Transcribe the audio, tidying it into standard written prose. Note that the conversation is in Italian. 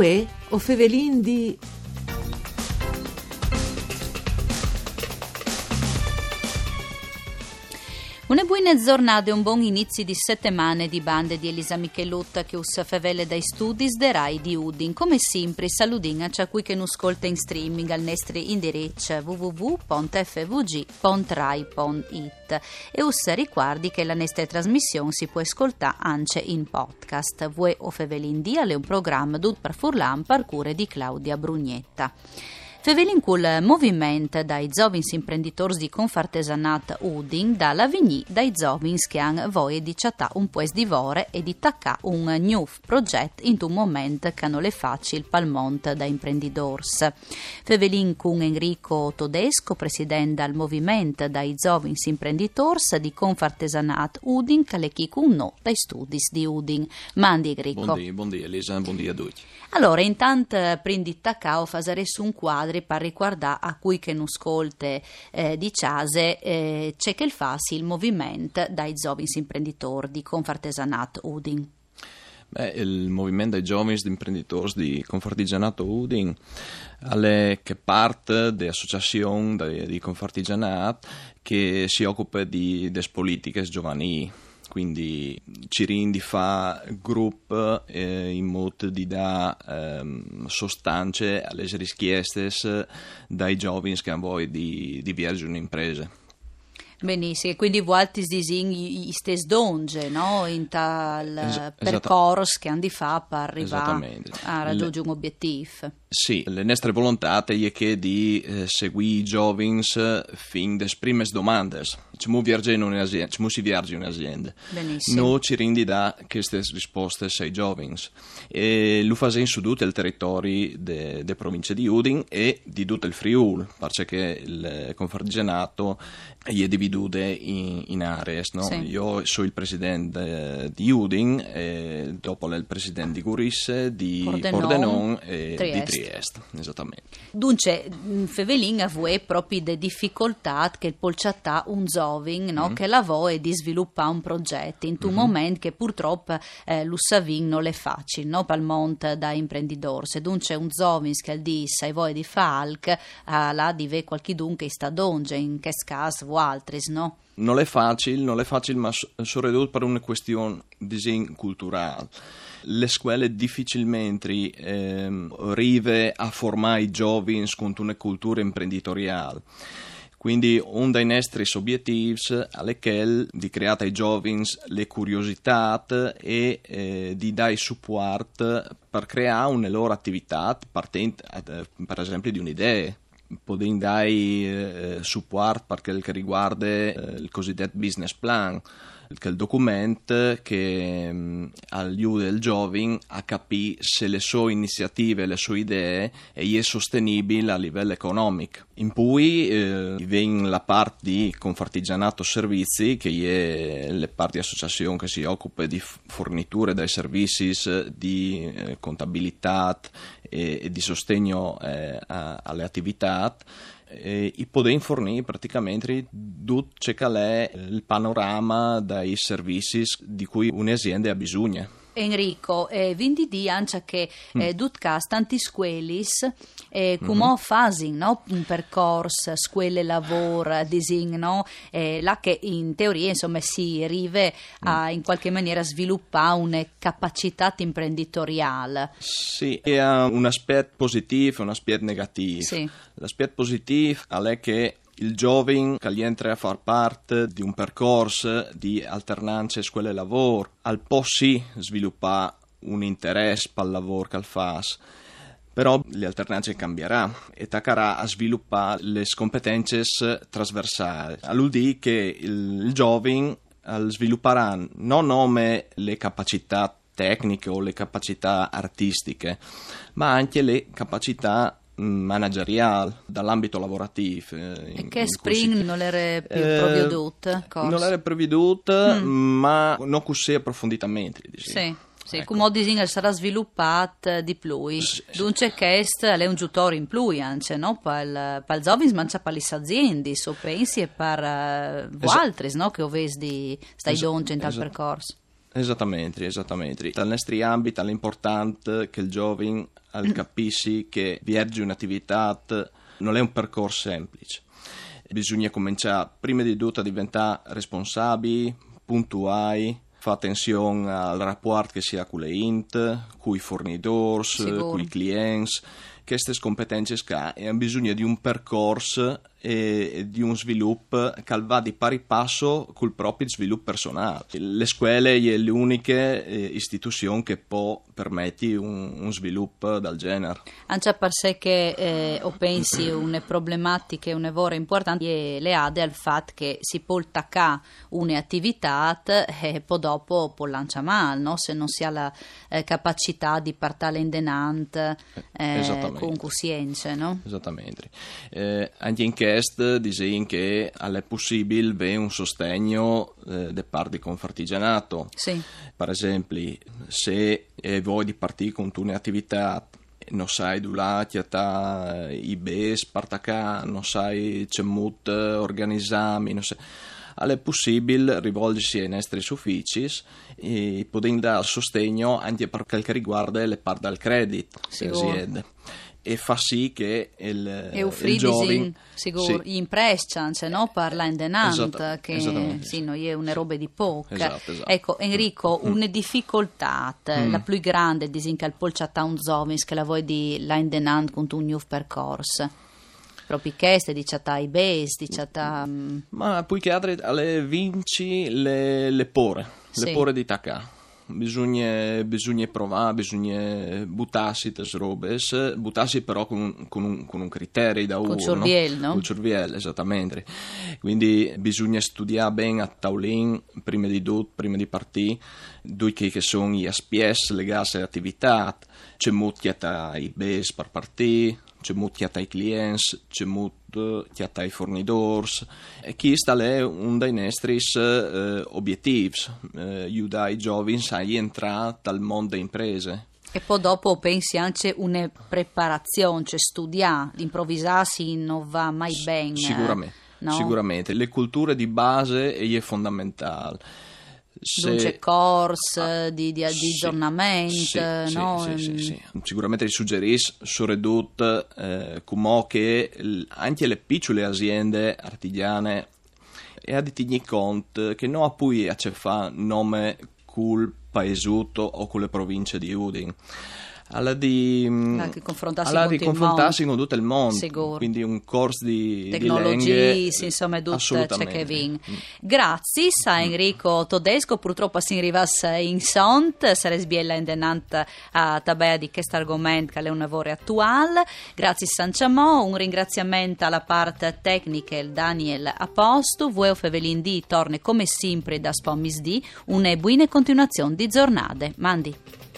Uè, o Fevelin di... Una buona giornata e un buon inizio di settimane di bande di Elisa Michelutta che us favele dai studi de Rai di Udin. Come sempre, saludin a ciò che non ascolta in streaming al nostro indirizzo www.fvg.rai.it e us ricordi che la nostra trasmissione si può ascoltare anche in podcast. Vue o Fevelin di è un programma tutto per Furlan per cure di Claudia Brugnetta. Fevelin col movimento dai giovins imprenditori di Confartesanat Udin dalla vigni dai giovins che hanno voglia di chattà un pues di vore e di taccà un new progetto in un momento che non le facile palmont da imprenditors. Fevelin con Enrico Todesco, presidente del movimento dai giovins imprenditori di Confartesanat Udin, che le chi con no dai studi di Udin. Mandi Enrico. Buondì Elisa, buondì a tutti. Allora, intanto prendi taccao fasare su un quadro per riguardare a cui che non ascolte di Ciase c'è che il fasi il movimento dai giovins imprenditori di Confartesanat Udin. Il movimento dei giovani imprenditori di Confartigianato Udin è che parte dell'associazione di Confartigianato che si occupa di politiche giovanili. Quindi ci rindi fa gruppo in modo di dare sostanze alle richieste dai giovani che hanno voglia di viaggiare un'impresa. Benissimo, quindi vuolti disegni i stessi donge, no? In tal percorso che hanno di fa per arrivare a raggiungere un obiettivo. Sì, le nostre volontà è che di seguire i giovani fin delle prime domande. Ci si viaggia in un'azienda. Benissimo. Noi ci rendi da queste risposte ai giovani. E lo facciamo su tutto il territorio delle province di Udin e di tutto il Friuli, perché il Confartigianato è diviso in aree. No? Sì. Io sono il presidente di Udin, e dopo il presidente di Gurisse, di Pordenone e di Trieste. Esattamente. Dunque, Fevelin ha proprio le difficoltà che polciattà un giovane, no? Che lavora di sviluppare un progetto in un momento che purtroppo lo savin non è facile, no? Pal monte da imprenditori. Se dunque un giovane che dice e voi di falc, là di ve qualchidun che sta donge in che caso o altri, no? Non è facile, ma soprattutto per una questione culturale. Le scuole difficilmente arrivano a formare i giovani con una cultura imprenditoriale. Quindi uno dei nostri obiettivi è quello di creare ai giovani le curiosità e di dare supporto per creare una loro attività partendo per esempio di un'idea. Potremmo dare supporto per quel che riguarda il cosiddetto business plan, che è il documento che aiuta il giovane a capire se le sue iniziative, le sue idee è sostenibile a livello economico. In cui viene la parte di Confartigianato Servizi, che è la parte di associazione che si occupa di forniture dei servizi di contabilità e di sostegno alle attività. E poter fornire praticamente tutto ciò che è il panorama dei servizi di cui un'azienda ha bisogno. Enrico, vindi di anche che Dutcast tanti scuelis come fasi, no? Un percorso scuole lavoro disegno, no? Là che in teoria insomma si arriva a in qualche maniera sviluppare una capacità imprenditoriale. Sì, ha un aspetto positivo e un aspetto negativo. Sì. L'aspetto positivo è che il giovane che entra a far parte di un percorso di alternanza scuola-lavoro può sì sviluppare un interesse per il lavoro che fa, però le alternanze cambierà e toccherà a sviluppare le competenze trasversali. Vuol dire che il giovane svilupperà non nome le capacità tecniche o le capacità artistiche, ma anche le capacità manageriale dall'ambito lavorativo e che Spring non era più preveduto non era preveduto ma non così approfonditamente sì, ecco. Come disegno sarà sviluppato di più dunque questo è un giocatore in più anche no? per il giovane ma anche per le aziende pensi e per altri no? Che ovesi di stai donge in tal percorso. Esattamente. Dal nostro ambito è importante che il giovane capisci che viaggiare un'attività non è un percorso semplice. Bisogna cominciare prima di tutto a diventare responsabili, puntuali, fa attenzione al rapporto che si ha con le int, con i fornitori, con i clienti. Queste competenze hanno bisogno di un percorso e di un sviluppo che va di pari passo col proprio sviluppo personale. Le scuole sono le uniche istituzioni che può permettere un sviluppo del genere. Anche per sé che o pensi una problematica, un lavoro importante le ade al fatto che si può attaccare un'attività e poi dopo può lanciare male, no? Se non si ha la capacità di partire in denant con coscienza, no? Esattamente. Anche in questo dicono che è possibile avere un sostegno da parte di Confartigianato. Sì. Per esempio, se vuoi di partire con un'attività, non sai dove i bes partacà, non sai c'è organizzami, non sai. È possibile rivolgersi ai nostri uffici e poter dare sostegno anche per quel che riguarda le parti del credito delle aziende. E fa sì che il giovane gli impresciano, no? Parla in denant che sì, non è una roba di poco. Esatto. Ecco, Enrico, una difficoltà la più grande disinca il polciata un giovane che la vuoi di la in denant con un nuovo percorso. Proprio queste diciata i bes, diciata ma poi che altre alle vinci le pore di tacca. Bisogna provare, bisogna buttarsi queste robe, buttarsi però con un criterio da uno. Con cervello, no? Con cervello, esattamente. Quindi bisogna studiare bene a tavolin prima di partire, due che sono gli SPS legati all'attività, c'è molto i bes per partire, c'è molto ai clienti, c'è molto ai fornitori, e questo è un dei nostri obiettivi, aiutare i giovani a entrare nel mondo delle imprese. E poi dopo pensi anche una preparazione, cioè studiare, improvvisarsi non va mai bene. Sicuramente, le culture di base è fondamentale. C'è corsi di aggiornamento, no? Sì. Sicuramente suggerisco soprattutto che anche le piccole aziende artigiane e a tenere conto che non ha poi a che fare nome col paesuto o con le province di Udine. Alla di confrontarsi con tutto il mondo. Sicuro. Quindi un corso di tecnologie, insomma, tutto c'è che vin. Grazie a Enrico Todesco, purtroppo si arriva in sont, sarebbe biella in denant a tabea di questo argomento che è un lavoro attuale. Grazie Sanciamò, un ringraziamento alla parte tecnica il Daniel Aposto, voi Fevelin D torna come sempre da Spommis D, una buona continuazione di giornate. Mandi.